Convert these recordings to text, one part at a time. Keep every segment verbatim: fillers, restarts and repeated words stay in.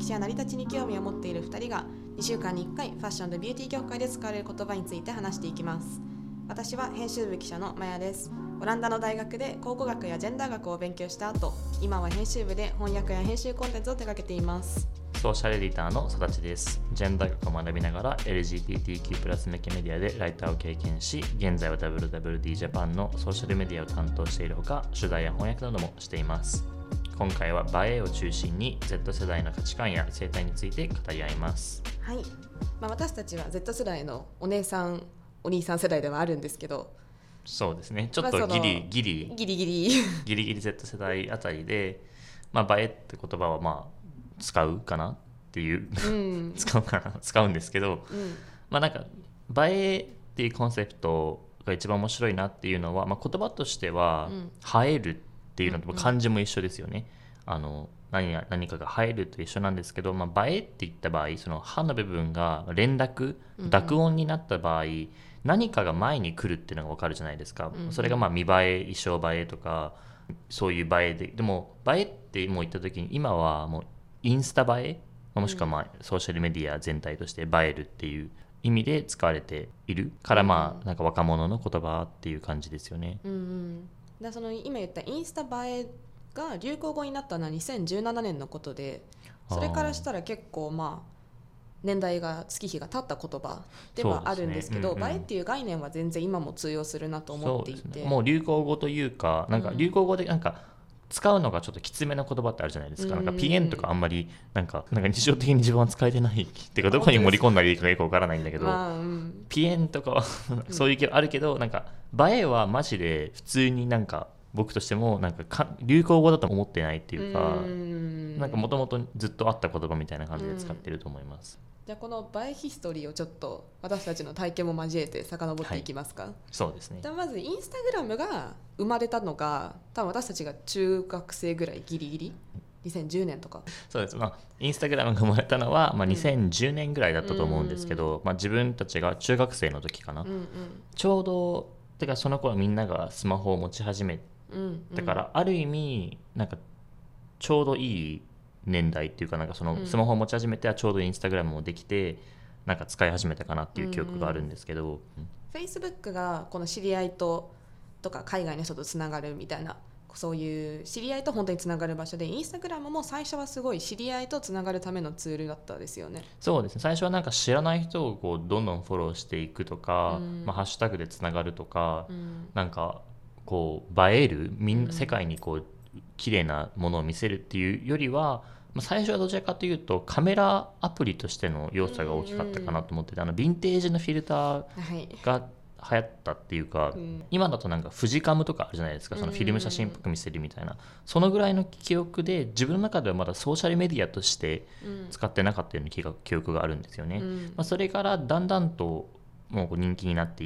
歴史や成り立ちに興味を持っているふたりがにしゅうかんにいっかいファッションとビューティー業界で使われる言葉について話していきます。私は編集部記者のマヤです。オランダの大学で考古学やジェンダー学を勉強した後、今は編集部で翻訳や編集コンテンツを手掛けています。 ソーシャルエディターの育ちです。ジェンダー学を学びながら エルジービーティーキュー プラス向けメディアでライターを経験し、現在は ダブリューダブリューディー ジャパンのソーシャルメディアを担当しているほか、取材や翻訳などもしています。今回は映えを中心に Z 世代の価値観や生態について語り合います。 はい、まあ、私たちは Z 世代のお姉さんお兄さん世代ではあるんですけど、 そうですね、ちょっとギリギリギリギリギリギリ Z 世代あたりで、まあ、映えって言葉はまあ使うかなっていう、うん、使うかな使うんですけど、うん、まあなんか映えっていうコンセプトが一番面白いなっていうのは、まあ、言葉としては、うん、映えるっていうのと漢字も一緒ですよね。あの 何, 何かが映えると一緒なんですけど、まあ、映えって言った場合、その歯の部分が連絡濁音になった場合、うん、何かが前に来るっていうのが分かるじゃないですか、うん、それがまあ見栄え、衣装映えとかそういう映えで、でも映えってもう言った時に今はもうインスタ映えもしくはまあソーシャルメディア全体として映えるっていう意味で使われているから、まあなんか若者の言葉っていう感じですよね。 うんうん、だその今言ったインスタ映えが流行語になったのはにせんじゅうななねんのことで、それからしたら結構まあ年代が月日が経った言葉ではあるんですけど、ね、うんうん、映えっていう概念は全然今も通用するなと思っていて、そうですね、 もう流行語というか、なんか流行語でなんか使うのがちょっときつめな言葉ってあるじゃないですか。なんかピエンとかあんまりなんかなんか日常的に自分は使えてないっていうか、どこに盛り込んだらいいかよくわからないんだけど、まあうん、ピエンとかはそういう系あるけど、なんか映えはマジで普通になんか僕としてもなんかか流行語だと思ってないっていうか、うんなんかもともとずっとあった言葉みたいな感じで使ってると思います。 じゃあこの映えヒストリーをちょっと私たちの体験も交えて遡っていきますか。はい、 そうですね。 じゃあまずインスタグラムが生まれたのが多分私たちが中学生ぐらいギリギリにせんじゅうねんとか。 そうです、まあ、インスタグラムが生まれたのは、まあ、にせんじゅうねんぐらいだったと思うんですけど、うんまあ、自分たちが中学生の時かな、うんうん、ちょうどてかその頃みんながスマホを持ち始めだから、ある意味なんかちょうどいい年代っていうか、なんかそのスマホを持ち始めてはちょうどインスタグラムもできて、なんか使い始めたかなっていう記憶があるんですけど、 Facebook がこの知り合いととか海外の人とつながるみたいな、そういう知り合いと本当につながる場所で、インスタグラムも最初はすごい知り合いとつながるためのツールだったですよね。 そうですね、最初はなんか知らない人をこうどんどんフォローしていくとか、うんまあ、ハッシュタグでつながるとか、うん、なんかこう映えるみんな世界にこう綺麗なものを見せるっていうよりは、まあ、最初はどちらかというとカメラアプリとしての要素が大きかったかなと思ってて、あのヴィンテージのフィルターが流行ったっていうか、はい、今だとなんかフジカムとかあるじゃないですか、そのフィルム写真っぽく見せるみたいな、そのぐらいの記憶で自分の中ではまだソーシャルメディアとして使ってなかったような記憶があるんですよね。うんまあ、それからだんだんともう人気になっていって、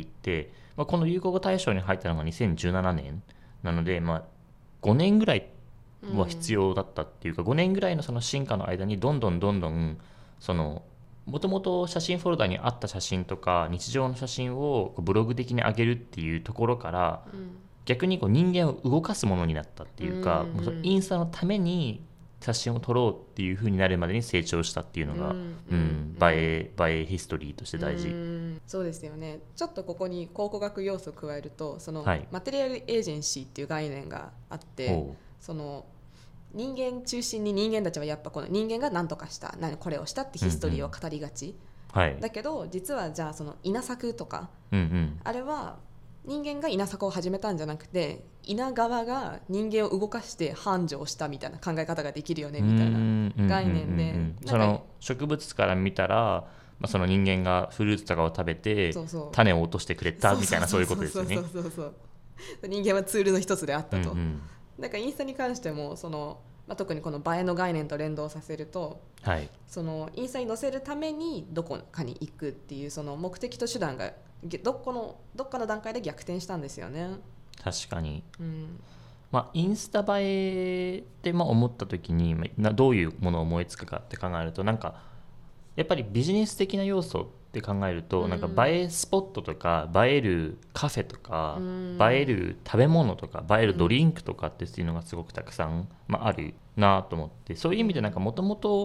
まあ、この流行語大賞に入ったのがにせんじゅうななねんなので、まあ、ごねんぐらいは必要だったっていうか、うん、ごねんぐらいのその進化の間にどんどんどんどんそのもともと写真フォルダにあった写真とか日常の写真をブログ的に上げるっていうところから、うん、逆にこう人間を動かすものになったっていうか、うんうん、もうインスタのために写真を撮ろうっていう風になるまでに成長したっていうのが、うんうんうん、映え、映えヒストリーとして大事。 うんそうですよね。ちょっとここに考古学要素を加えると、その、はい、マテリアルエージェンシーっていう概念があって、その人間中心に人間たちはやっぱこの人間が何とかした何これをしたってヒストリーを語りがち、うんうんはい、だけど実はじゃあその稲作とか、うんうん、あれは人間が稲作を始めたんじゃなくて、稲側が人間を動かして繁盛したみたいな考え方ができるよねみたいな概念で、うんうんうんうん、 その植物から見たら、まあ、その人間がフルーツとかを食べてそうそう種を落としてくれたみたいな、そういうことですよね。 人間はツールの一つであったと、うんうん、だからインスタに関してもその、まあ、特にこの映えの概念と連動させると、はい、そのインスタに載せるためにどこかに行くっていうその目的と手段がどこのどっかの段階で逆転したんですよね。 確かに、うんまあ、インスタ映えってまあ思った時にどういうものを思いつくかって考えると、なんかやっぱりビジネス的な要素って考えると、うん、なんか映えスポットとか映えるカフェとか、うん、映える食べ物とか映えるドリンクとかっていうのがすごくたくさん、まあ、あるなと思って、そういう意味でなんかもともと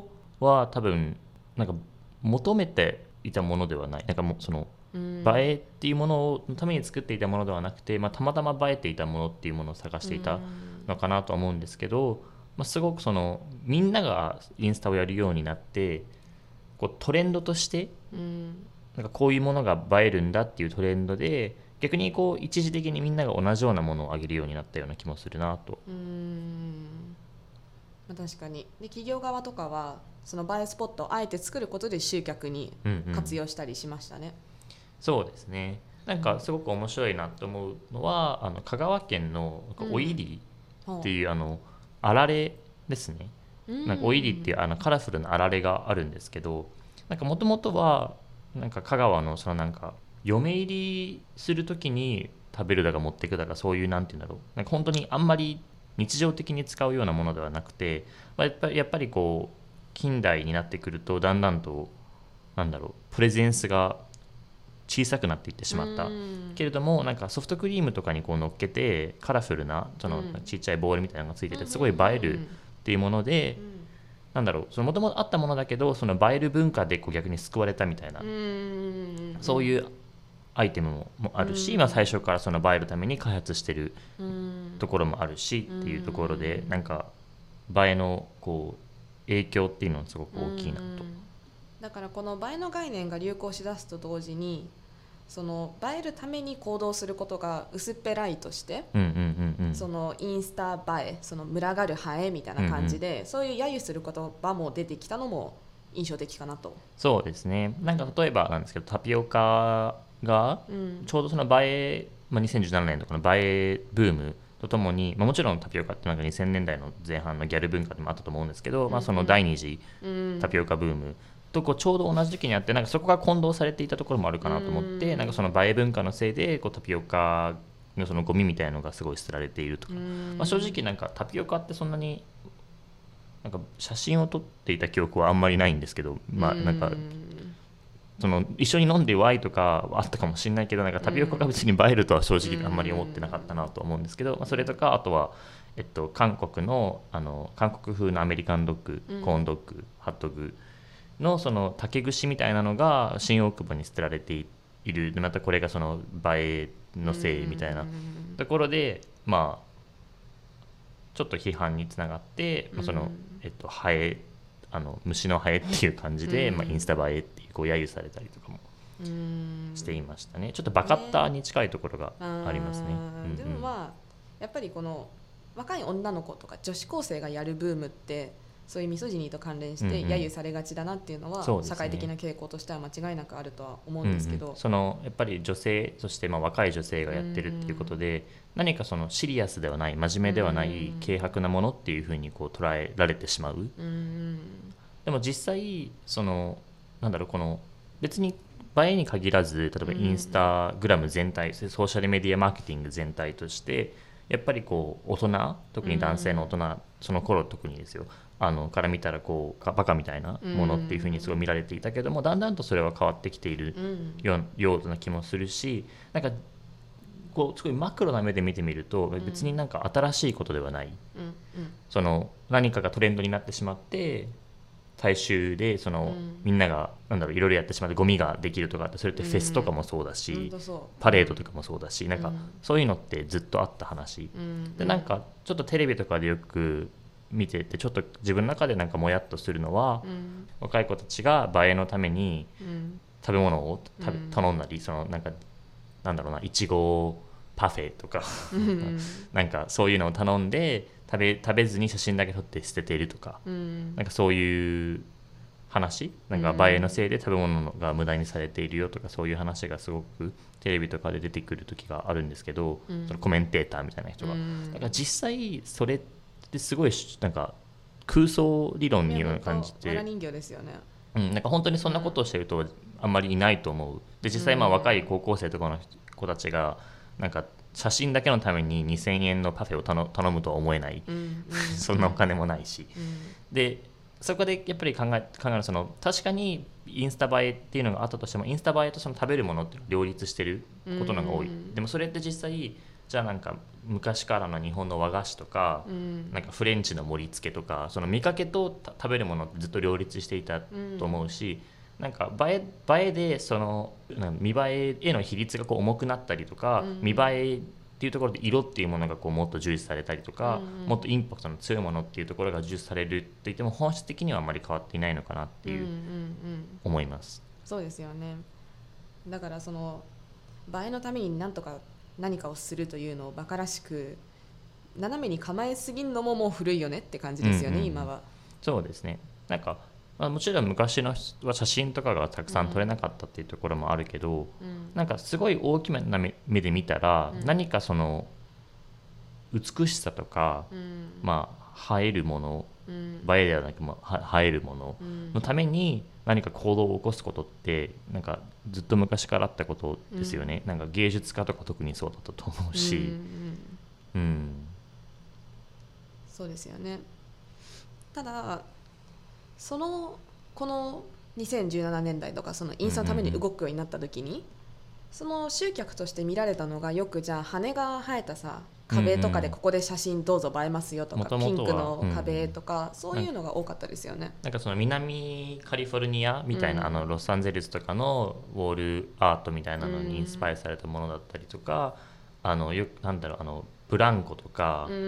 は多分なんか求めていたものではない、なんかもうその映えっていうもののために作っていたものではなくて、まあ、たまたま映えていたものっていうものを探していたのかなとは思うんですけど、まあ、すごくそのみんながインスタをやるようになってこうトレンドとしてなんかこういうものが映えるんだっていうトレンドで逆にこう一時的にみんなが同じようなものを上げるようになったような気もするなと。 うーん、まあ、確かにで企業側とかはその映えスポットをあえて作ることで集客に活用したりしましたね、うんうん、 そうですね。なんかすごく面白いなと思うのは、うん、あの香川県のおいりっていう、うん、あのあられですね、うん、なんかおいりっていうあのカラフルなあられがあるんですけど、なんかもともとはなんか香川のそのなんか嫁入りするときに食べるだか持っていくだかそういうなんていうんだろう、なんか本当にあんまり日常的に使うようなものではなくて、まあ、やっぱりやっぱりこう近代になってくるとだんだんとなんだろうプレゼンスが小さくなっていってしまったけれども、なんかソフトクリームとかにこう乗っけてカラフルなそのちっちゃいボールみたいなのがついててすごい映えるっていうもので、なんだろうもともとあったものだけどその映える文化でこう逆に救われたみたいな、そういうアイテムもあるし、まあ、最初からその映えるために開発してるところもあるしっていうところで、なんか映えのこう影響っていうのはすごく大きいなと。 だからこの映えの概念が流行しだすと同時にその映えるために行動することが薄っぺらいとして、うんうんうんうん、そのインスタ映えその群がる映えみたいな感じで、うんうん、そういう揶揄する言葉も出てきたのも印象的かなと。 そうですね。なんか例えばなんですけどタピオカがちょうどその映え、まあ、にせんじゅうななねんとかの映えブームとともに、まあ、もちろんタピオカってなんかにせんねんだいの前半のギャル文化でもあったと思うんですけど、うんうんまあ、その第二次タピオカブームとこうちょうど同じ時期にあって、なんかそこが混同されていたところもあるかなと思って、うん、なんかその映え文化のせいでこうタピオカのそのゴミみたいなのがすごい捨てられているとか、うんまあ、正直なんかタピオカってそんなになんか写真を撮っていた記憶はあんまりないんですけど、まあなんかその一緒に飲んでワイとかはあったかもしれないけど、なんかタピオカが別に映えるとは正直あんまり思ってなかったなと思うんですけど、まあ、それとかあとはえっと韓国のあの韓国風のアメリカンドッグ、コーンドッグ、ハットグのその竹串みたいなのが新大久保に捨てられている。でまたこれがその映えのせいみたいなところで、まあちょっと批判につながって、まあ、そのえっとハエあの虫のハエっていう感じで、まあ、インスタ映えっていうこう揶揄されたりとかもしていましたね。ちょっとバカッターに近いところがありますね。ねうんうん、でもまあやっぱりこの若い女の子とか女子高生がやるブームってそういうミソジニーと関連して揶揄されがちだなっていうのは、うんうん、社会的な傾向としては間違いなくあるとは思うんですけど、 うんうん、そのやっぱり女性そしてまあ若い女性がやってるっていうことで、うんうん、何かそのシリアスではない真面目ではない軽薄なものっていうふうにこう捉えられてしまう、うんうん、でも実際そのなんだろうこの別に映えに限らず例えばインスタグラム全体、うん、ソーシャルメディアマーケティング全体としてやっぱりこう大人特に男性の大人、うん、その頃特にですよあのから見たらこうバカみたいなものっていうふうにすごい見られていたけども、だんだんとそれは変わってきているよう、ような気もするし、なんかこうすごいマクロな目で見てみると別になんか新しいことではない、うんうん、その何かがトレンドになってしまって大衆でその、うん、みんながなんだろういろいろやってしまってゴミができるとかってそれってフェスとかもそうだし、うん、パレードとかもそうだし、なんかそういうのってずっとあった話、うん、でなんかちょっとテレビとかでよく見ててちょっと自分の中でなんかもやっとするのは、うん、若い子たちが映えのために食べ物を食べ頼んだり、そのなんかなんだろうないちごパフェとかなんかそういうのを頼んで食べ、食べずに写真だけ撮って捨てているとか、うん、なんかそういう話なんか映えのせいで食べ物が無駄にされているよとかそういう話がすごくテレビとかで出てくる時があるんですけど、うん、そのコメンテーターみたいな人が、うん、だから実際それですごいなんか空想理論にような感じで、 わら人形ですよね、 うん、なんか本当にそんなことをしてるとあんまりいないと思う。で実際まあ若い高校生とかの子たちがなんか写真だけのためににせんえんのパフェを頼頼むとは思えない、うん、そんなお金もないし、うん、でそこでやっぱり考え考えるその確かにインスタ映えっていうのがあったとしてもインスタ映えとその食べるものって両立してることのが多い、うん、でもそれって実際じゃあなんか昔からの日本の和菓子とか、うん、なんかフレンチの盛り付けとかその見かけと食べるものってずっと両立していたと思うし、うん、なんか映え、映えでその見栄えへの比率がこう重くなったりとか、うん、見栄えっていうところで色っていうものがこうもっと重視されたりとか、うんうん、もっとインパクトの強いものっていうところが重視されるっていっても本質的にはあまり変わっていないのかなっていう思います、 うんうんうん、そうですよね。だからその映えのために何とか何かをするというのをバカらしく斜めに構えすぎるのももう古いよねって感じですよね、うんうん、今は。 そうですね。なんか、まあ、もちろん昔の人は写真とかがたくさん撮れなかったっていうところもあるけど、うん、なんかすごい大きな目で見たら、うん、何かその美しさとか、うん、まあ映えるもの、うん、映えではなく映えるもののために何か行動を起こすことってなんかずっと昔からあったことですよね、うん、なんか芸術家とか特にそうだったと思うし、うんうんうん、 そうですよね。ただそのこのにせんじゅうななねんだいとかそのインスタのために動くようになった時に、うんうんうん、その集客として見られたのがよくじゃあ羽が生えたさ壁とかでここで写真どうぞ映えますよとか、うんうん、ピンクの壁とか、うん、そういうのが多かったですよね。 なんかその南カリフォルニアみたいな、うん、あのロサンゼルスとかのウォールアートみたいなのにインスパイアされたものだったりとか、うん、あのよなんだろうあのブランコとか、うん、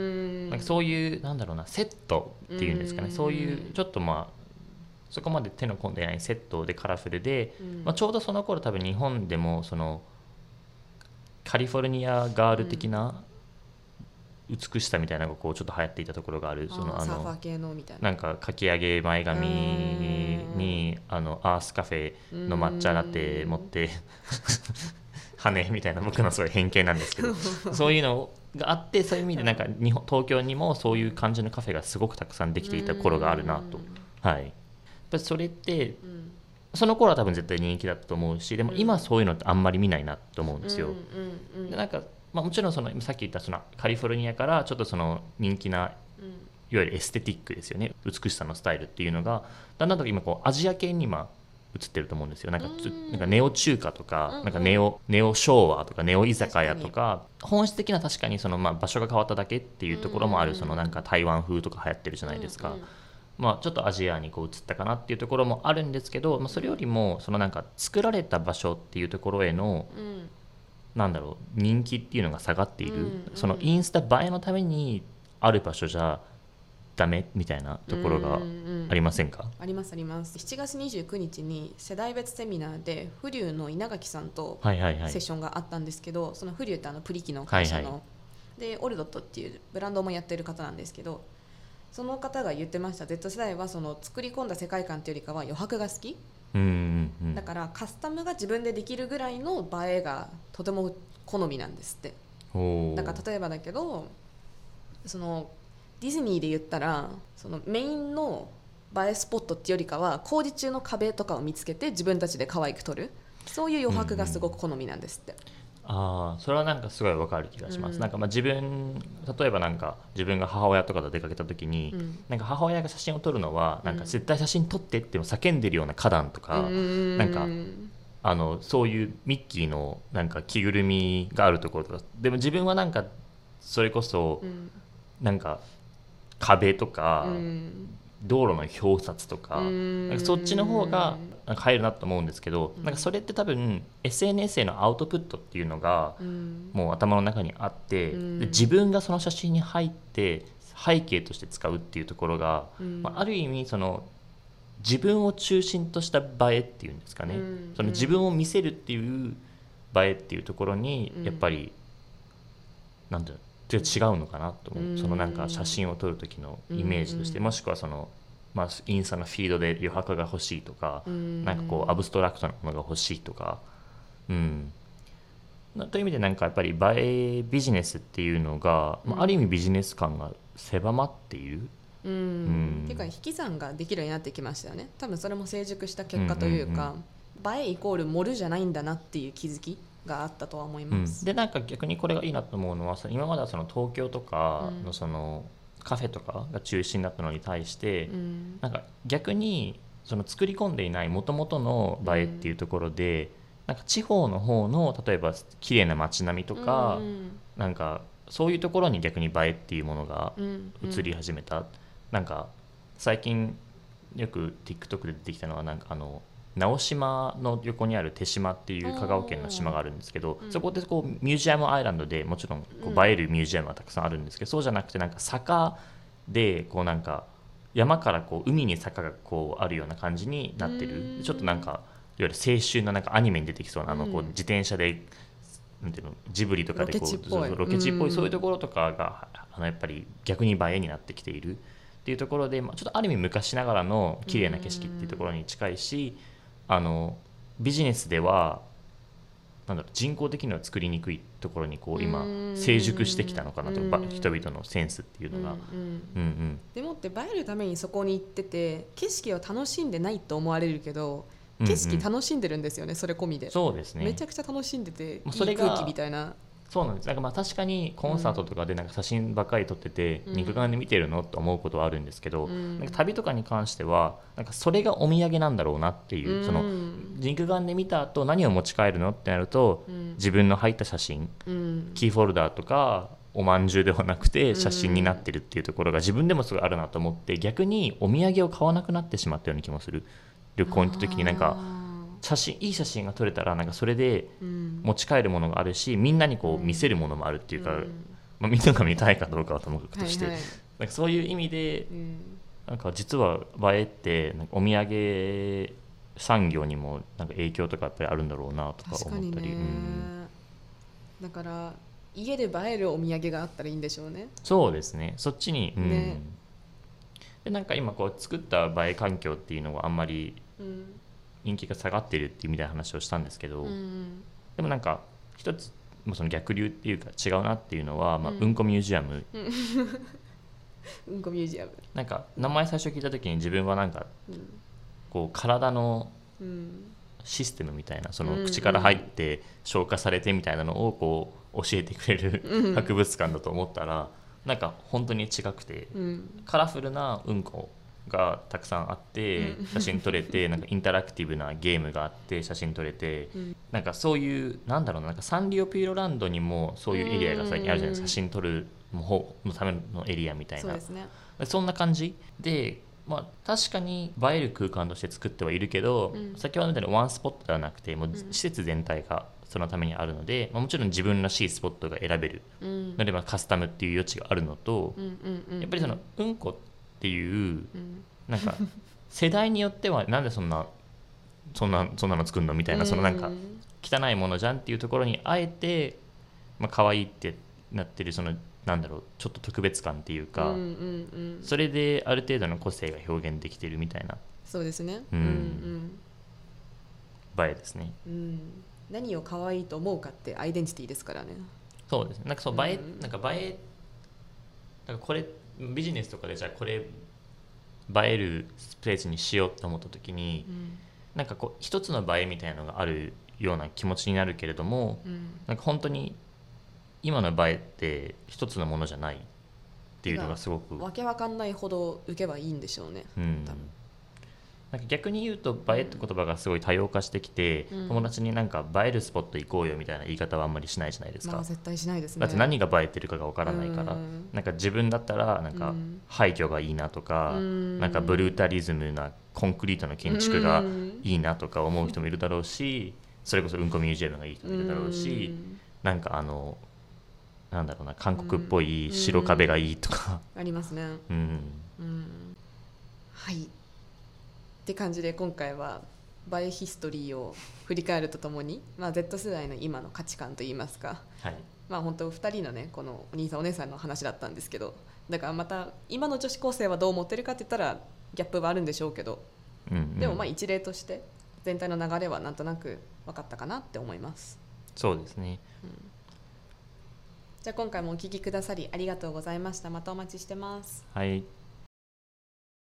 なんかそういうなんだろうなセットっていうんですかね、うん、そういうちょっとまあそこまで手の込んでないセットでカラフルで、うんまあ、ちょうどその頃多分日本でもそのカリフォルニアガール的な美しさみたいなのがこうちょっと流行っていたところがある、 そのあのサーファー系のみたいな、なんかかき上げ前髪にあのアースカフェの抹茶ラテ持って羽みたいな、僕のすごい偏見なんですけどそういうのがあって、そういう意味でなんか日本東京にもそういう感じのカフェがすごくたくさんできていた頃があるなと、はい、やっぱりそれってその頃は多分絶対人気だったと思うし、でも今そういうのってあんまり見ないなと思うんですよ。でなんかまあ、もちろんそのさっき言ったそのカリフォルニアからちょっとその人気ないわゆるエステティックですよね、美しさのスタイルっていうのがだんだんと今こうアジア系に今移ってると思うんですよ。なんかなんかネオ中華とか、なんかネオネオ昭和とかネオ居酒屋とか、本質的な確かにそのまあ場所が変わっただけっていうところもある、そのなんか台湾風とか流行ってるじゃないですか。まあ、ちょっとアジアにこう移ったかなっていうところもあるんですけど、まあ、それよりもそのなんか作られた場所っていうところへの、うんなんだろう人気っていうのが下がっている、うんうん、そのインスタ映えのためにある場所じゃダメみたいなところがありませんか？うんうん、 ありますあります。しちがつにじゅうくにちに世代別セミナーでフリューの稲垣さんとセッションがあったんですけど、はいはいはい、そのフリューってあのプリ機の会社の、はいはい、でオルドットっていうブランドもやってる方なんですけど、その方が言ってました。 Z 世代はその作り込んだ世界観っていうよりかは余白が好き、うんうんうん、だからカスタムが自分でできるぐらいの映えがとても好みなんですって。だから例えばだけどそのディズニーで言ったらそのメインの映えスポットっていうよりかは工事中の壁とかを見つけて自分たちで可愛く撮る、そういう余白がすごく好みなんですって、うんうん、 あそれはなんかすごい分かる気がします、うん、なんかまあ自分例えばなんか自分が母親とかと出かけた時に、うん、なんか母親が写真を撮るのはなんか絶対写真撮ってって叫んでるような花壇とか、うん、なんかあのそういうミッキーのなんか着ぐるみがあるところとか、でも自分はなんかそれこそなんか壁とか、うん道路の表札とか、なんかそっちの方がなんか入るなと思うんですけど、なんかそれって多分 エスエヌエス へのアウトプットっていうのがもう頭の中にあって、で自分がその写真に入って背景として使うっていうところが、まあ、ある意味その自分を中心とした映えっていうんですかね、その自分を見せるっていう映えっていうところにやっぱりなんていうの違うのかなと思う。そのなんか写真を撮る時のイメージとして、もしくはその、まあ、インスタのフィードで余白が欲しいとか、なんかこうアブストラクトなものが欲しいとか、うん、という意味でなんかやっぱり映えビジネスっていうのが、まあ、ある意味ビジネス感が狭まっている。 うんうん、っていうか引き算ができるようになってきましたよね。多分それも成熟した結果というか、うんうんうん、映えイコール盛るじゃないんだなっていう気づきがあったとは思います、 うん、でなんか逆にこれがいいなと思うのは、今まではその東京とかのそのカフェとかが中心だったのに対して、うん、なんか逆にその作り込んでいない元々の映えっていうところで、 なんか地方の方の例えば綺麗な街並みとか、うんうん、なんかそういうところに逆に映えっていうものが移り始めた、うんうん、なんか最近よく TikTok で出てきたのはなんかあの直島の横にある手島っていう香川県の島があるんですけど、そこでこうミュージアムアイランドでもちろんこう映えるミュージアムはたくさんあるんですけど、そうじゃなくてなんか坂でこうなんか山からこう海に坂がこうあるような感じになってる、ちょっとなんかいわゆる青春のなんかアニメに出てきそうなあのこう自転車でなんていうのジブリとかでこうロケ地っぽいそういうところとかがあのやっぱり逆に映えになってきているっていうところで、まあ、ちょっとある意味昔ながらの綺麗な景色っていうところに近いし、あのビジネスではなんだろう人工的には作りにくいところにこう今成熟してきたのかなと、人々のセンスっていうのが、うんうんうんうん、でもって映えるためにそこに行ってて景色を楽しんでないと思われるけど景色楽しんでるんですよね、うんうん、それ込みで。 そうですね、 めちゃくちゃ楽しんでていい空気みたいな。 そうなんです。なんかまあ確かにコンサートとかでなんか写真ばっかり撮ってて、うん、肉眼で見てるのと思うことはあるんですけど、うん、なんか旅とかに関してはなんかそれがお土産なんだろうなっていう、うん、その肉眼で見た後何を持ち帰るのってなると、うん、自分の入った写真、うん、キーフォルダーとかおまんじゅうではなくて写真になってるっていうところが自分でもすごいあるなと思って、逆にお土産を買わなくなってしまったような気もする。旅行に行った時になんか写真いい写真が撮れたらなんかそれで持ち帰るものがあるし、みんなにこう見せるものもあるっていうか、うんまあ、みんなが見たいかどうかはともかくとして、はいはい、なんかそういう意味で、うん、なんか実は映えってなんかお土産産業にもなんか影響とかやっぱりあるんだろうなとか思ったり、うん、 だから家で映えるお土産があったらいいんでしょうね。 そうですね、そっちに、うんね、でなんか今こう作った映え環境っていうのはあんまり、うん人気が下がってるっていうみたいな話をしたんですけど、うん、でもなんか一つもその逆流っていうか違うなっていうのは、まあ、うんこミュージアム、 うん、うんこミュージアムなんか名前最初聞いた時に自分はなんか、うん、こう体のシステムみたいなその口から入って消化されてみたいなのをこう教えてくれる博物館だと思ったらなんか本当に違くて、うん、カラフルなうんこがたくさんあって写真撮れてなんかインタラクティブなゲームがあって写真撮れて、なんかそういうなんだろうな、なんかサンリオピューロランドにもそういうエリアが最近あるじゃないですか、写真撮る方のためのエリアみたいな。 そうですね、そんな感じで、まあ、確かに映える空間として作ってはいるけど、うん、先ほどみたいにワンスポットではなくてもう施設全体がそのためにあるので、まあ、もちろん自分らしいスポットが選べるので、まあ、カスタムっていう余地があるのと、やっぱりそのうんこっていう、うん、なんか世代によってはなんでそんなそんなそんなの作るのみたいな、そのなんか汚いものじゃんっていうところにあえて、まあ可愛いってなってるそのなんだろうちょっと特別感っていうか、うんうんうん、それである程度の個性が表現できてるみたいな。 そうですね、 うんうん、映えですね、 うん、何を可愛いと思うかってアイデンティティですからね。 そうですね、なんかそう映え、うん、なんか映えなんかこれビジネスとかでじゃあこれ映えるスペースにしようと思った時に、うん、なんかこう一つの映えみたいなのがあるような気持ちになるけれども、うん、なんか本当に今の映えって一つのものじゃないっていうのがすごくわけわかんないほど受けばいいんでしょうね、 うん、なんか逆に言うと映えって言葉がすごい多様化してきて、うん、友達になんか映えるスポット行こうよみたいな言い方はあんまりしないじゃないですか、 まあ、絶対しないですね。 だって何が映えてるかがわからないから、うん、なんか自分だったらなんか廃墟がいいなとか、うん、なんかブルータリズムなコンクリートの建築がいいなとか思う人もいるだろうし、それこそうんこミュージアムがいい人もいるだろうし、うん、なんかあのなんだろうな韓国っぽい白壁がいいとか、 うん、ありますね、 うんうん、はいって感じで今回は映えヒストリーを振り返るとともに、まあ、Z 世代の今の価値観といいますか、 はい、 まあ本当ふたりのねこのお兄さんお姉さんの話だったんですけど、だからまた今の女子高生はどう思ってるかって言ったらギャップはあるんでしょうけど、うんうん、でもまあ一例として全体の流れはなんとなく分かったかなって思います。 そうですね、 うん、じゃあ今回もお聞きくださりありがとうございました。またお待ちしてます。 はい。